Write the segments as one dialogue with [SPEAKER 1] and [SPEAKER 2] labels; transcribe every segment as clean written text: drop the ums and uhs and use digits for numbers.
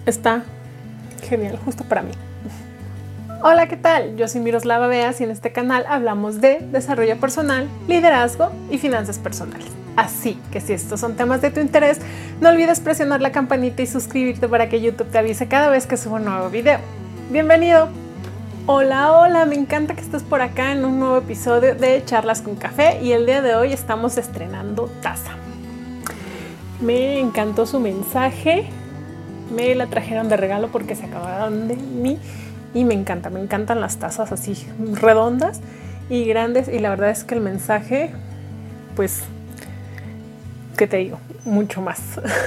[SPEAKER 1] Está genial, justo para mí. Hola, ¿qué tal? Yo soy Miroslava Beas y en este canal hablamos de desarrollo personal, liderazgo y finanzas personales. Así que si estos son temas de tu interés, no olvides presionar la campanita y suscribirte para que YouTube te avise cada vez que subo un nuevo video. ¡Bienvenido! Hola, me encanta que estés por acá en un nuevo episodio de Charlas con Café y el día de hoy estamos estrenando taza. Me encantó su mensaje, me la trajeron de regalo porque se acabaron de mí y me encantan las tazas así redondas y grandes y la verdad es que el mensaje, pues, ¿qué te digo? Mucho más.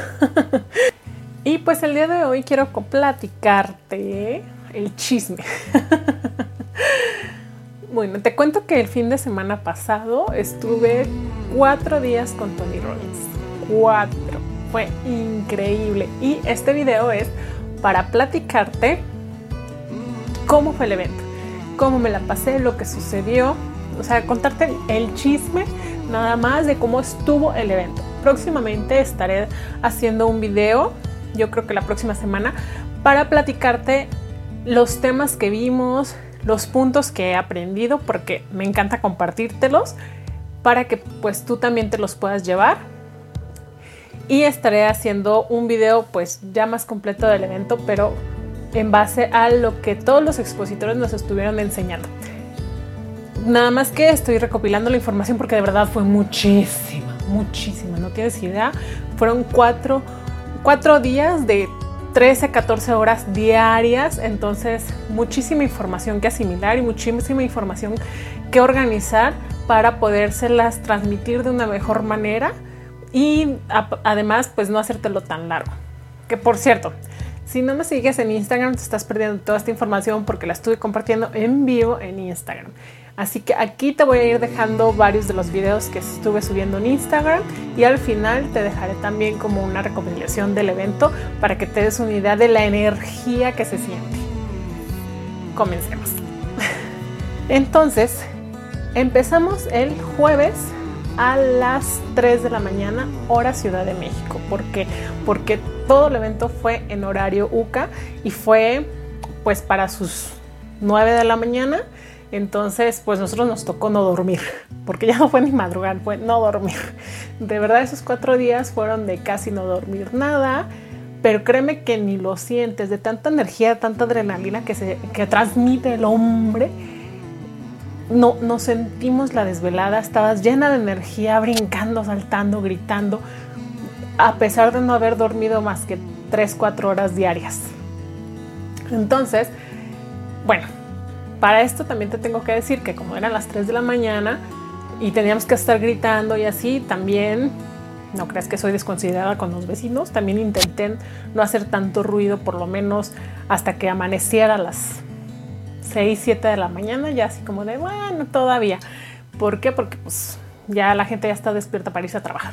[SPEAKER 1] Y pues el día de hoy quiero platicarte el chisme. Bueno, te cuento que el fin de semana pasado estuve 4 días con Tony Robbins. 4. Fue increíble. Y este video es para platicarte cómo fue el evento, cómo me la pasé, lo que sucedió. O sea, contarte el chisme nada más de cómo estuvo el evento. Próximamente estaré haciendo un video, yo creo que la próxima semana, para platicarte los temas que vimos, los puntos que he aprendido, porque me encanta compartírtelos para que pues tú también te los puedas llevar. Y estaré haciendo un video pues ya más completo del evento, pero en base a lo que todos los expositores nos estuvieron enseñando. Nada más que estoy recopilando la información porque de verdad fue muchísima, no tienes idea. Fueron 4 días de 13 a 14 horas diarias, entonces muchísima información que asimilar y muchísima información que organizar para podérselas transmitir de una mejor manera y además pues no hacértelo tan largo. Que por cierto, si no me sigues en Instagram te estás perdiendo toda esta información porque la estuve compartiendo en vivo en Instagram. Así que aquí te voy a ir dejando varios de los videos que estuve subiendo en Instagram y al final te dejaré también como una recopilación del evento para que te des una idea de la energía que se siente. Comencemos. Entonces, empezamos el jueves a las 3 de la mañana, hora Ciudad de México. ¿Por qué? Porque todo el evento fue en horario UCA y fue pues para sus 9 de la mañana. Entonces, pues nosotros nos tocó no dormir, porque ya no fue ni madrugar, fue no dormir. De verdad, esos 4 días fueron de casi no dormir nada, pero créeme que ni lo sientes, de tanta energía, tanta adrenalina que transmite el hombre. No sentimos la desvelada, estabas llena de energía, brincando, saltando, gritando, a pesar de no haber dormido más que 3-4 horas diarias. Entonces, bueno, para esto también te tengo que decir que como eran las 3 de la mañana y teníamos que estar gritando y así, también, no creas que soy desconsiderada con los vecinos, también intenté no hacer tanto ruido, por lo menos hasta que amaneciera a las 6-7 de la mañana, ya así como de, bueno, todavía. ¿Por qué? Porque pues ya la gente ya está despierta para irse a trabajar.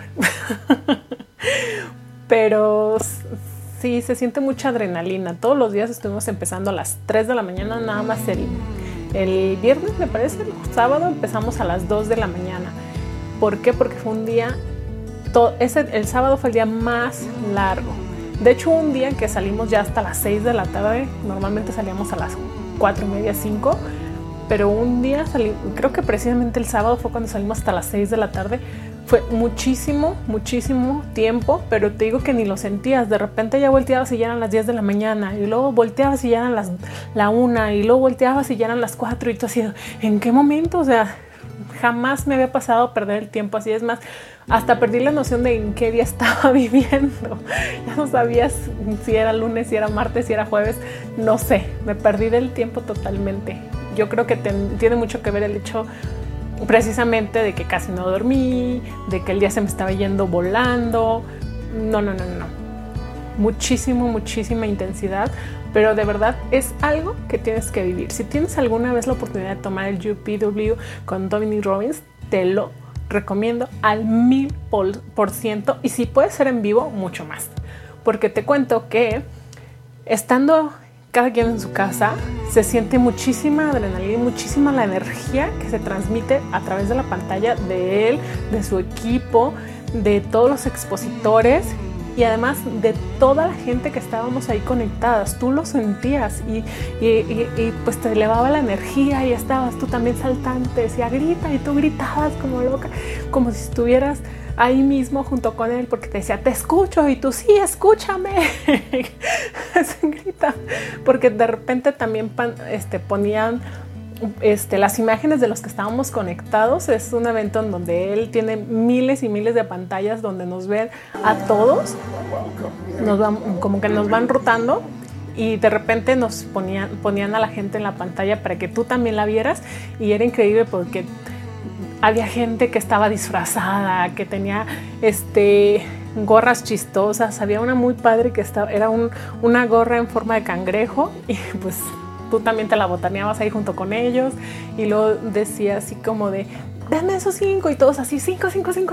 [SPEAKER 1] Pero sí, se siente mucha adrenalina. Todos los días estuvimos empezando a las 3 de la mañana, nada más el viernes, me parece, el sábado empezamos a las 2 de la mañana. ¿Por qué? Porque fue un día, el sábado fue el día más largo. De hecho, un día que salimos ya hasta las 6 de la tarde, normalmente salíamos a las 4:30, 5, pero un día creo que precisamente el sábado fue cuando salimos hasta las 6 de la tarde. Fue muchísimo tiempo, pero te digo que ni lo sentías. De repente ya volteabas y ya eran las 10 de la mañana, y luego volteabas y ya eran la 1, y luego volteabas y ya eran las 4, y tú así, ¿en qué momento? O sea, jamás me había pasado perder el tiempo así. Es más, hasta perdí la noción de en qué día estaba viviendo. Ya no sabías si era lunes, si era martes, si era jueves. No sé, me perdí del tiempo totalmente. Yo creo que tiene mucho que ver el hecho precisamente de que casi no dormí, de que el día se me estaba yendo volando. No. Muchísima intensidad, pero de verdad es algo que tienes que vivir. Si tienes alguna vez la oportunidad de tomar el UPW con Tony Robbins, te lo recomiendo al 1000%, y si puede ser en vivo, mucho más, porque te cuento que estando cada quien en su casa, se siente muchísima adrenalina y muchísima la energía que se transmite a través de la pantalla de él, de su equipo, de todos los expositores, y además de toda la gente que estábamos ahí conectadas, tú lo sentías y pues te elevaba la energía y estabas tú también saltante, decía grita y tú gritabas como loca, como si estuvieras ahí mismo junto con él, porque te decía te escucho y tú sí, escúchame. Grita, porque de repente también ponían las imágenes de los que estábamos conectados. Es un evento en donde él tiene miles y miles de pantallas donde nos ven a todos, como que nos van rotando y de repente nos ponían a la gente en la pantalla para que tú también la vieras y era increíble porque había gente que estaba disfrazada, que tenía gorras chistosas. Había una muy padre que era una gorra en forma de cangrejo y pues tú también te la botaneabas ahí junto con ellos y luego decía así como de dame esos 5 y todos así 5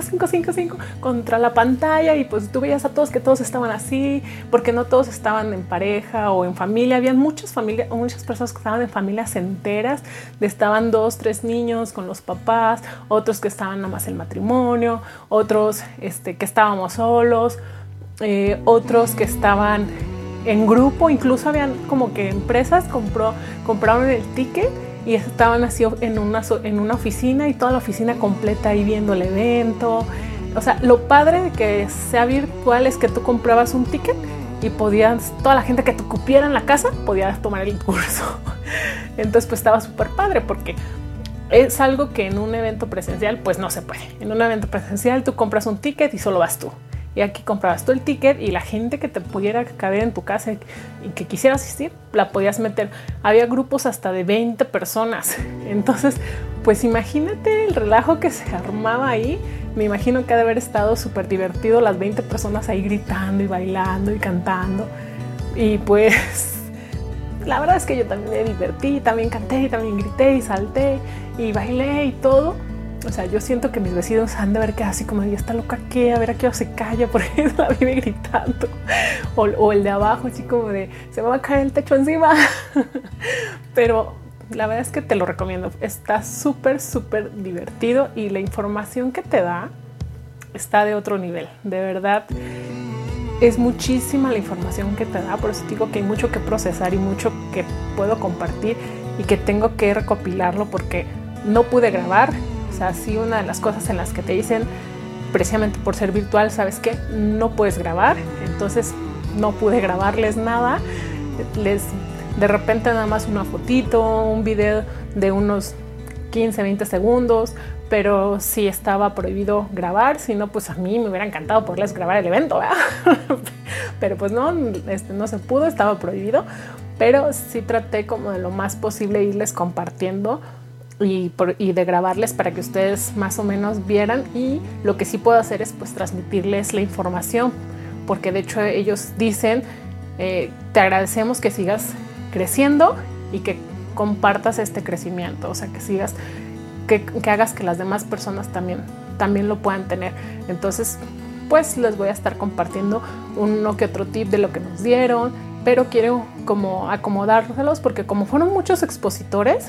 [SPEAKER 1] contra la pantalla y pues tú veías a todos que todos estaban así porque no todos estaban en pareja o en familia. Habían muchas personas que estaban en familias enteras, estaban 2, 3 niños con los papás, otros que estaban nada más en matrimonio, otros que estábamos solos, otros que estaban en grupo. Incluso habían como que empresas compraron el ticket y estaban así en una oficina y toda la oficina completa ahí viendo el evento. O sea, lo padre de que sea virtual es que tú comprabas un ticket y toda la gente que te cupiera en la casa podía tomar el curso. Entonces pues estaba súper padre porque es algo que en un evento presencial pues no se puede. En un evento presencial tú compras un ticket y solo vas tú. Y aquí comprabas tú el ticket y la gente que te pudiera caber en tu casa y que quisiera asistir, la podías meter. Había grupos hasta de 20 personas. Entonces, pues imagínate el relajo que se armaba ahí. Me imagino que ha de haber estado súper divertido las 20 personas ahí gritando y bailando y cantando. Y pues la verdad es que yo también me divertí, también canté y también grité y salté y bailé y todo. O sea, yo siento que mis vecinos han de ver que así como, ya está loca, ¿qué? A ver a qué hora se calla, porque la vive gritando. O el de abajo, así como de, se me va a caer el techo encima. Pero la verdad es que te lo recomiendo. Está súper, súper divertido y la información que te da está de otro nivel. De verdad, es muchísima la información que te da. Por eso digo que hay mucho que procesar y mucho que puedo compartir y que tengo que recopilarlo porque no pude grabar. O sea, sí, una de las cosas en las que te dicen, precisamente por ser virtual, ¿sabes qué? No puedes grabar. Entonces no pude grabarles nada. De repente nada más una fotito, un video de unos 15, 20 segundos, pero sí estaba prohibido grabar. Si no, pues a mí me hubiera encantado poderles grabar el evento, ¿verdad? Pero pues no se pudo, estaba prohibido. Pero sí traté como de lo más posible irles compartiendo y de grabarles para que ustedes más o menos vieran, y lo que sí puedo hacer es pues transmitirles la información, porque de hecho ellos dicen te agradecemos que sigas creciendo y que compartas este crecimiento, o sea que sigas, que hagas que las demás personas también lo puedan tener. Entonces pues les voy a estar compartiendo uno que otro tip de lo que nos dieron, pero quiero como acomodárselos porque como fueron muchos expositores,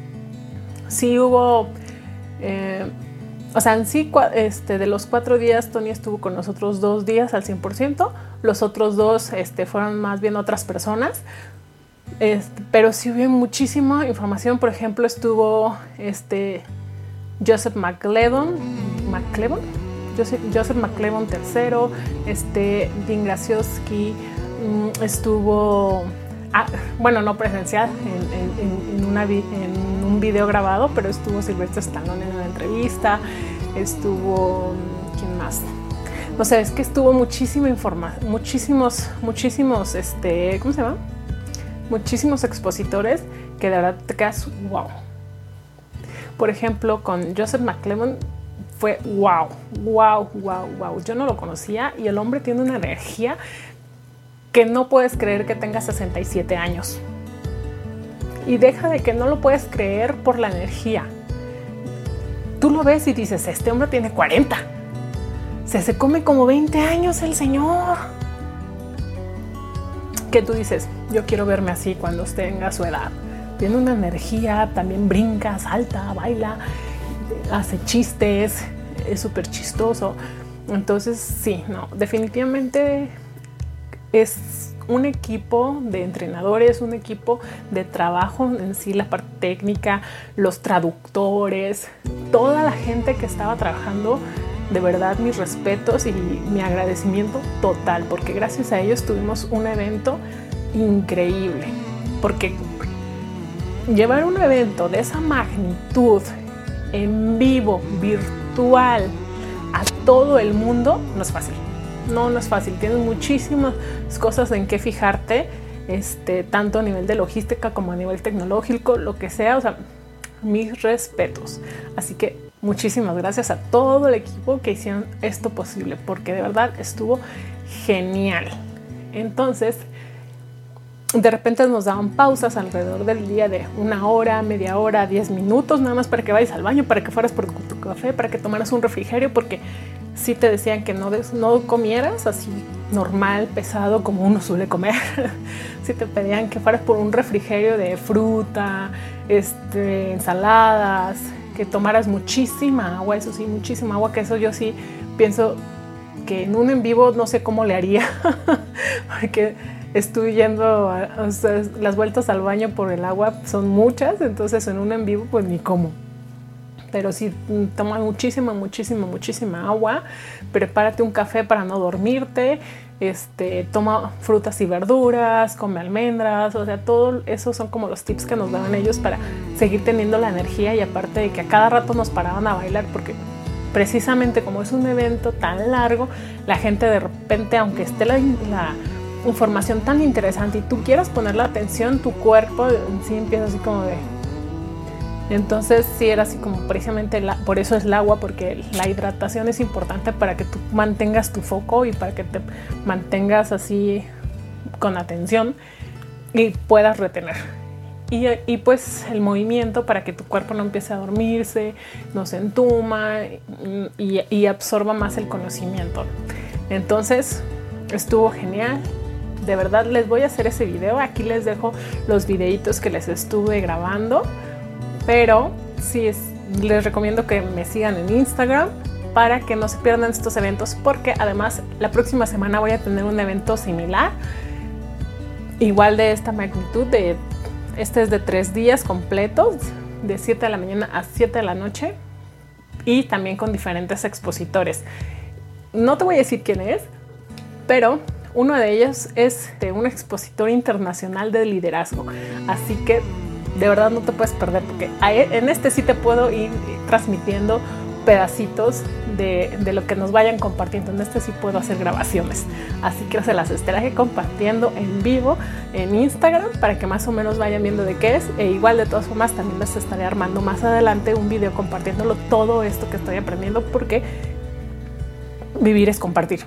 [SPEAKER 1] sí hubo, o sea, en sí, de los 4 días, Tony estuvo con nosotros 2 días al 100%. Los otros 2 fueron más bien otras personas. Pero sí hubo muchísima información. Por ejemplo, estuvo Joseph McClellan III, Dean Graziosi, estuvo... bueno, no presencial, en un video grabado, pero estuvo Sylvester Stallone en una entrevista, estuvo, ¿quién más? No sé, es que estuvo muchísima información, muchísimos, ¿cómo se llama? Muchísimos expositores que de verdad te quedas wow. Por ejemplo, con Joseph McClellan fue wow. Yo no lo conocía y el hombre tiene una energía que no puedes creer que tenga 67 años. Y deja de que no lo puedes creer por la energía. Tú lo ves y dices, este hombre tiene 40. Se come como 20 años el señor. Que tú dices, yo quiero verme así cuando tenga su edad. Tiene una energía, también brinca, salta, baila, hace chistes, es súper chistoso. Entonces sí, no, definitivamente es un equipo de entrenadores, un equipo de trabajo en sí, la parte técnica, los traductores, toda la gente que estaba trabajando. De verdad, mis respetos y mi agradecimiento total, porque gracias a ellos tuvimos un evento increíble. Porque llevar un evento de esa magnitud, en vivo, virtual, a todo el mundo, no es fácil. No es fácil. Tienes muchísimas cosas en qué fijarte, tanto a nivel de logística como a nivel tecnológico, lo que sea. O sea, mis respetos. Así que muchísimas gracias a todo el equipo que hicieron esto posible, porque de verdad estuvo genial. Entonces, de repente nos daban pausas alrededor del día de 1 hora, media hora, 10 minutos, nada más para que vayas al baño, para que fueras por tu café, para que tomaras un refrigerio, porque sí te decían que no comieras así normal, pesado, como uno suele comer. Sí te pedían que fueras por un refrigerio de fruta, ensaladas, que tomaras muchísima agua, eso sí, muchísima agua, que eso yo sí pienso que en un en vivo no sé cómo le haría, porque estuve yendo, o sea, las vueltas al baño por el agua son muchas, entonces en un en vivo pues ni cómo. Pero sí, toma muchísima agua, prepárate un café para no dormirte, toma frutas y verduras, come almendras, o sea, todo eso son como los tips que nos daban ellos para seguir teniendo la energía, y aparte de que a cada rato nos paraban a bailar, porque precisamente como es un evento tan largo, la gente de repente, aunque esté la información tan interesante y tú quieras poner la atención, tu cuerpo sí empieza así como de... Entonces sí era así como precisamente por eso es el agua, porque la hidratación es importante para que tú mantengas tu foco y para que te mantengas así con atención y puedas retener. Y pues el movimiento para que tu cuerpo no empiece a dormirse, no se entuma y absorba más el conocimiento. Entonces estuvo genial. De verdad les voy a hacer ese video. Aquí les dejo los videitos que les estuve grabando. Pero sí les recomiendo que me sigan en Instagram para que no se pierdan estos eventos, porque además la próxima semana voy a tener un evento similar, igual de esta magnitud. Este es de 3 días completos, de 7 de la mañana a 7 de la noche, y también con diferentes expositores. No te voy a decir quién es, pero uno de ellos es un expositor internacional de liderazgo, así que de verdad no te puedes perder, porque en sí te puedo ir transmitiendo pedacitos de lo que nos vayan compartiendo. En sí puedo hacer grabaciones, así que se las estaré compartiendo en vivo en Instagram para que más o menos vayan viendo de qué es. E igual, de todas formas, también les estaré armando más adelante un video compartiéndolo todo esto que estoy aprendiendo, porque vivir es compartir.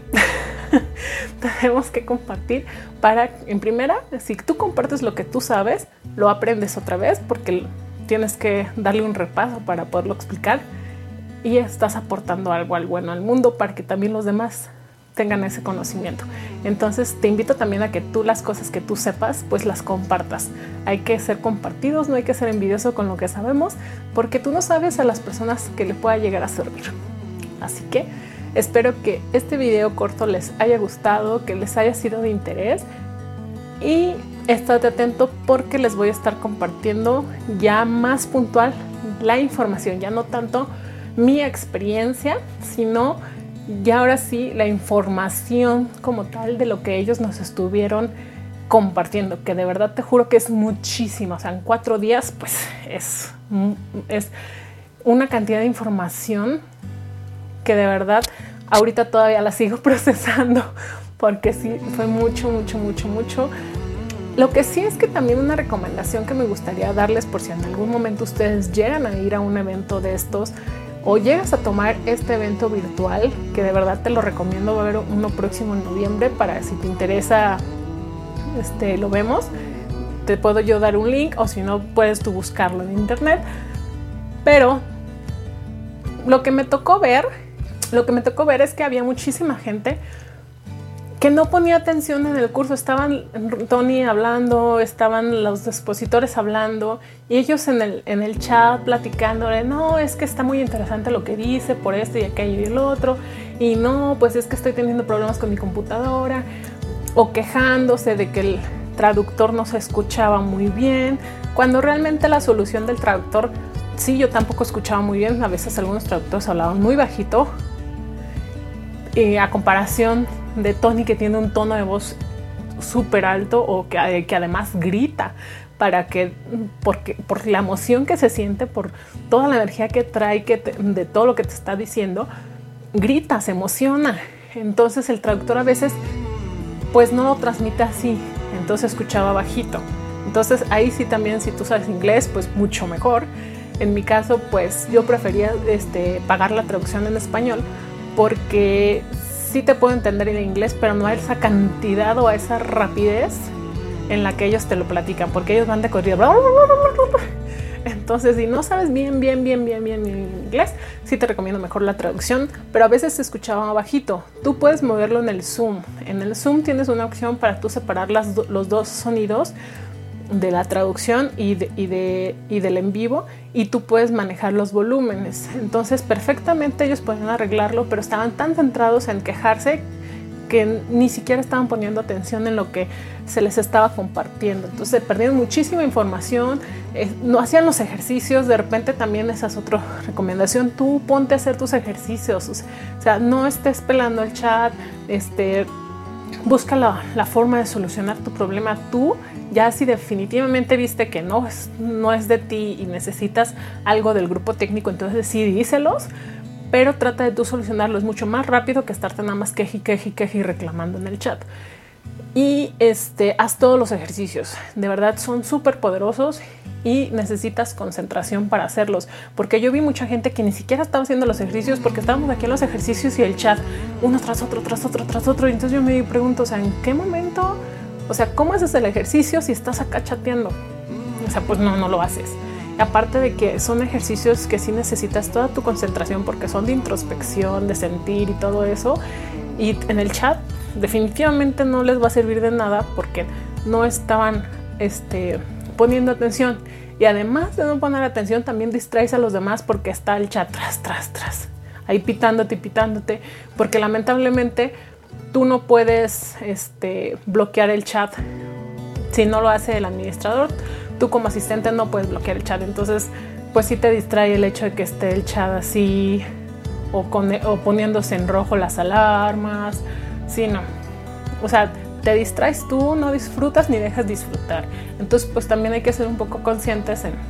[SPEAKER 1] Tenemos que compartir para, en primera, si tú compartes lo que tú sabes, lo aprendes otra vez, porque tienes que darle un repaso para poderlo explicar, y estás aportando algo bueno al mundo para que también los demás tengan ese conocimiento. Entonces te invito también a que tú las cosas que tú sepas, pues las compartas. Hay que ser compartidos, no hay que ser envidioso con lo que sabemos, porque tú no sabes a las personas que le pueda llegar a servir. Así que espero que este video corto les haya gustado, que les haya sido de interés, y estate atento porque les voy a estar compartiendo ya más puntual la información, ya no tanto mi experiencia, sino ya ahora sí la información como tal de lo que ellos nos estuvieron compartiendo, que de verdad te juro que es muchísimo. O sea, en 4 días pues es una cantidad de información que de verdad ahorita todavía la sigo procesando, porque sí fue mucho. Lo que sí es que también una recomendación que me gustaría darles, por si en algún momento ustedes llegan a ir a un evento de estos o llegas a tomar este evento virtual, que de verdad te lo recomiendo. Va a haber uno próximo en noviembre, para si te interesa, lo vemos. Te puedo yo dar un link, o si no puedes tú buscarlo en internet. Pero lo que me tocó ver es que había muchísima gente que no ponía atención en el curso. Estaban Tony hablando, estaban los expositores hablando, y ellos en el chat platicándole, no, es que está muy interesante lo que dice por esto y aquello y el otro, y no, pues es que estoy teniendo problemas con mi computadora, o quejándose de que el traductor no se escuchaba muy bien, cuando realmente la solución del traductor, sí, yo tampoco escuchaba muy bien, a veces algunos traductores hablaban muy bajito, a comparación de Tony, que tiene un tono de voz súper alto, o que además grita, por la emoción que se siente, por toda la energía que trae, de todo lo que te está diciendo, grita, se emociona. Entonces el traductor a veces pues no lo transmite así, entonces escuchaba bajito. Entonces ahí sí también, si tú sabes inglés, pues mucho mejor. En mi caso, pues yo prefería pagar la traducción en español, porque sí te puedo entender en inglés, pero no a esa cantidad o a esa rapidez en la que ellos te lo platican, porque ellos van de corrido. Entonces, si no sabes bien inglés, sí te recomiendo mejor la traducción, pero a veces se escuchaba bajito. Tú puedes moverlo en el Zoom. En el Zoom tienes una opción para tú separar los dos sonidos de la traducción y del en vivo, y tú puedes manejar los volúmenes. Entonces, perfectamente ellos pueden arreglarlo, pero estaban tan centrados en quejarse que ni siquiera estaban poniendo atención en lo que se les estaba compartiendo. Entonces perdieron muchísima información, no hacían los ejercicios. De repente también esa es otra recomendación: tú ponte a hacer tus ejercicios, o sea, no estés pelando el chat, busca la forma de solucionar tu problema tú. Ya si definitivamente viste que no es de ti y necesitas algo del grupo técnico, entonces sí díselos, pero trata de tú solucionarlo. Es mucho más rápido que estarte nada más queje y reclamando en el chat. Y haz todos los ejercicios, de verdad son súper poderosos, y necesitas concentración para hacerlos, porque yo vi mucha gente que ni siquiera estaba haciendo los ejercicios, porque estábamos aquí en los ejercicios y el chat uno tras otro, y entonces yo me pregunto, o sea, ¿en qué momento? O sea, ¿cómo haces el ejercicio si estás acá chateando? O sea, pues no lo haces. Aparte de que son ejercicios que sí necesitas toda tu concentración, porque son de introspección, de sentir y todo eso. Y en el chat definitivamente no les va a servir de nada, porque no estaban poniendo atención. Y además de no poner atención, también distraes a los demás, porque está el chat tras, ahí pitándote, porque lamentablemente tú no puedes bloquear el chat si no lo hace el administrador. Tú como asistente no puedes bloquear el chat, entonces pues sí te distrae el hecho de que esté el chat así, o poniéndose en rojo las alarmas. Sí, no, o sea, te distraes tú, no disfrutas ni dejas disfrutar. Entonces pues también hay que ser un poco conscientes en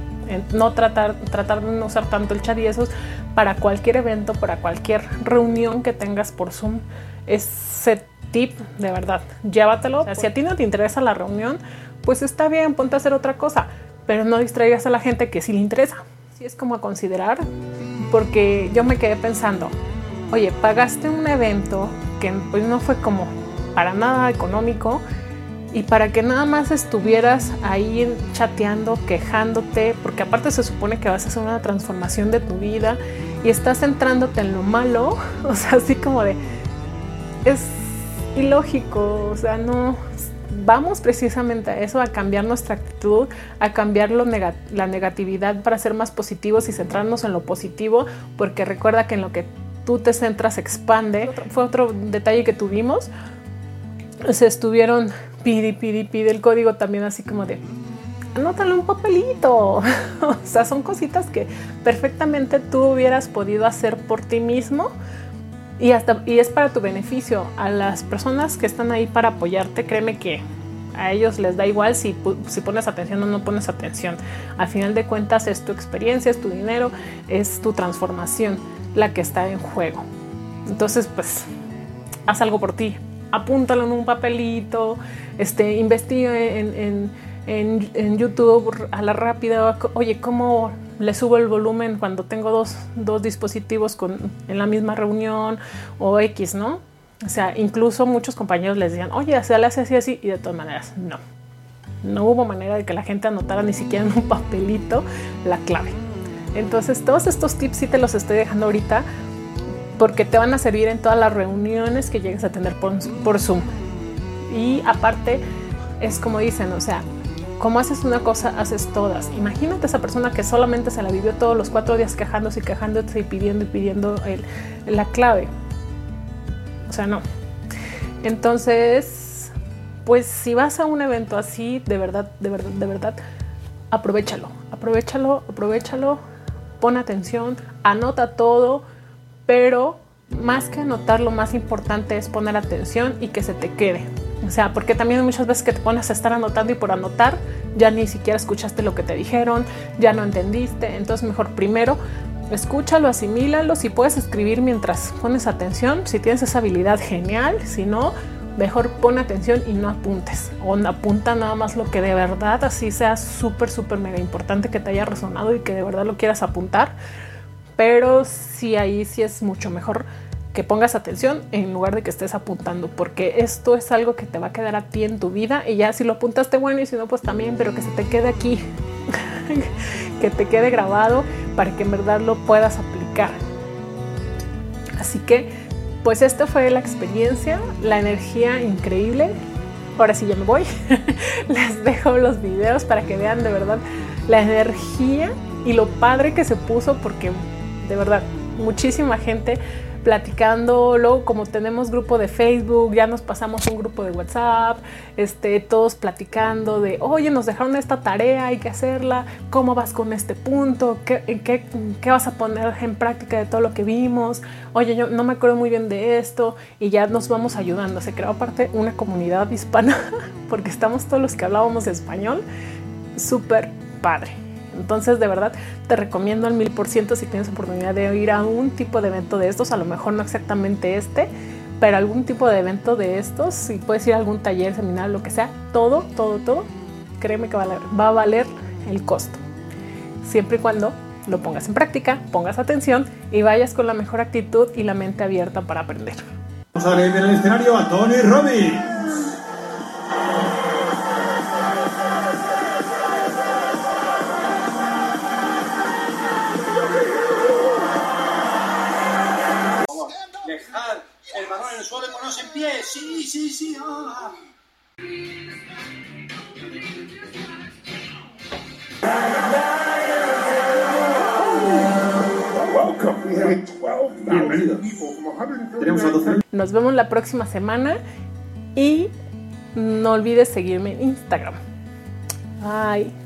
[SPEAKER 1] no tratar de no usar tanto el chat, y eso es para cualquier evento, para cualquier reunión que tengas por Zoom. Ese tip, de verdad, llévatelo. O sea, si a ti no te interesa la reunión, pues está bien, ponte a hacer otra cosa, pero no distraigas a la gente que sí le interesa. Sí, es como a considerar, porque yo me quedé pensando, oye, pagaste un evento que pues no fue como para nada económico, y para que nada más estuvieras ahí chateando, quejándote, porque aparte se supone que vas a hacer una transformación de tu vida y estás centrándote en lo malo. O sea, así como de, es ilógico. O sea, no, vamos precisamente a eso, a cambiar nuestra actitud, a cambiar la negatividad para ser más positivos y centrarnos en lo positivo, porque recuerda que en lo que tú te centras se expande. Fue otro detalle que tuvimos. Se estuvieron pide el código también, así como de, anótalo en un papelito. O sea, son cositas que perfectamente tú hubieras podido hacer por ti mismo, y es para tu beneficio. A las personas que están ahí para apoyarte, créeme que a ellos les da igual si pones atención o no pones atención. Al final de cuentas es tu experiencia, es tu dinero, es tu transformación la que está en juego. Entonces pues haz algo por ti, apúntalo en un papelito, investiga en YouTube a la rápida. Oye, ¿cómo le subo el volumen cuando tengo dos dispositivos en la misma reunión? O X, ¿no? O sea, incluso muchos compañeros les decían, oye, se le hace así, y de todas maneras, no hubo manera de que la gente anotara ni siquiera en un papelito la clave. Entonces, todos estos tips sí te los estoy dejando ahorita, porque te van a servir en todas las reuniones que llegues a tener por Zoom. Y aparte, es como dicen, o sea, como haces una cosa, haces todas. Imagínate esa persona que solamente se la vivió todos los 4 días quejándose y pidiendo la clave. sea, no. Entonces, pues si vas a un evento así, de verdad, aprovechalo, pon atención, anota todo, pero más que anotar, lo más importante es poner atención y que se te quede. O sea, porque también hay muchas veces que te pones a estar anotando y por anotar ya ni siquiera escuchaste lo que te dijeron, ya no entendiste. Entonces mejor primero escúchalo, asimílalo. Si puedes escribir mientras pones atención, si tienes esa habilidad, genial. Si no, mejor pon atención y no apuntes. O apunta nada más lo que de verdad así sea súper mega importante, que te haya resonado y que de verdad lo quieras apuntar. Pero sí, ahí sí es mucho mejor que pongas atención en lugar de que estés apuntando, porque esto es algo que te va a quedar a ti en tu vida, y ya si lo apuntaste, bueno, y si no, pues también, pero que se te quede aquí, que te quede grabado para que en verdad lo puedas aplicar. Así que, pues esta fue la experiencia, la energía increíble. Ahora sí ya me voy. Les dejo los videos para que vean de verdad la energía y lo padre que se puso, porque de verdad muchísima gente platicando. Luego, como tenemos grupo de Facebook, ya nos pasamos un grupo de WhatsApp, todos platicando de, oye, nos dejaron esta tarea, hay que hacerla, ¿cómo vas con este punto? ¿Qué vas a poner en práctica de todo lo que vimos? Oye, yo no me acuerdo muy bien de esto, y ya nos vamos ayudando. Se creó aparte una comunidad hispana porque estamos todos los que hablábamos español. Súper padre. Entonces, de verdad, te recomiendo al 1000% si tienes oportunidad de ir a un tipo de evento de estos, a lo mejor no exactamente pero algún tipo de evento de estos. Si puedes ir a algún taller, seminario, lo que sea, todo, créeme que va a valer el costo. Siempre y cuando lo pongas en práctica, pongas atención y vayas con la mejor actitud y la mente abierta para aprender.
[SPEAKER 2] Vamos a ver en el escenario a Tony Robbins. Dejar el balón en el suelo y ponerse en pie. Sí. Ah. Bienvenidos. Tenemos a 12.
[SPEAKER 1] Nos vemos la próxima semana y no olvides seguirme en Instagram. Bye.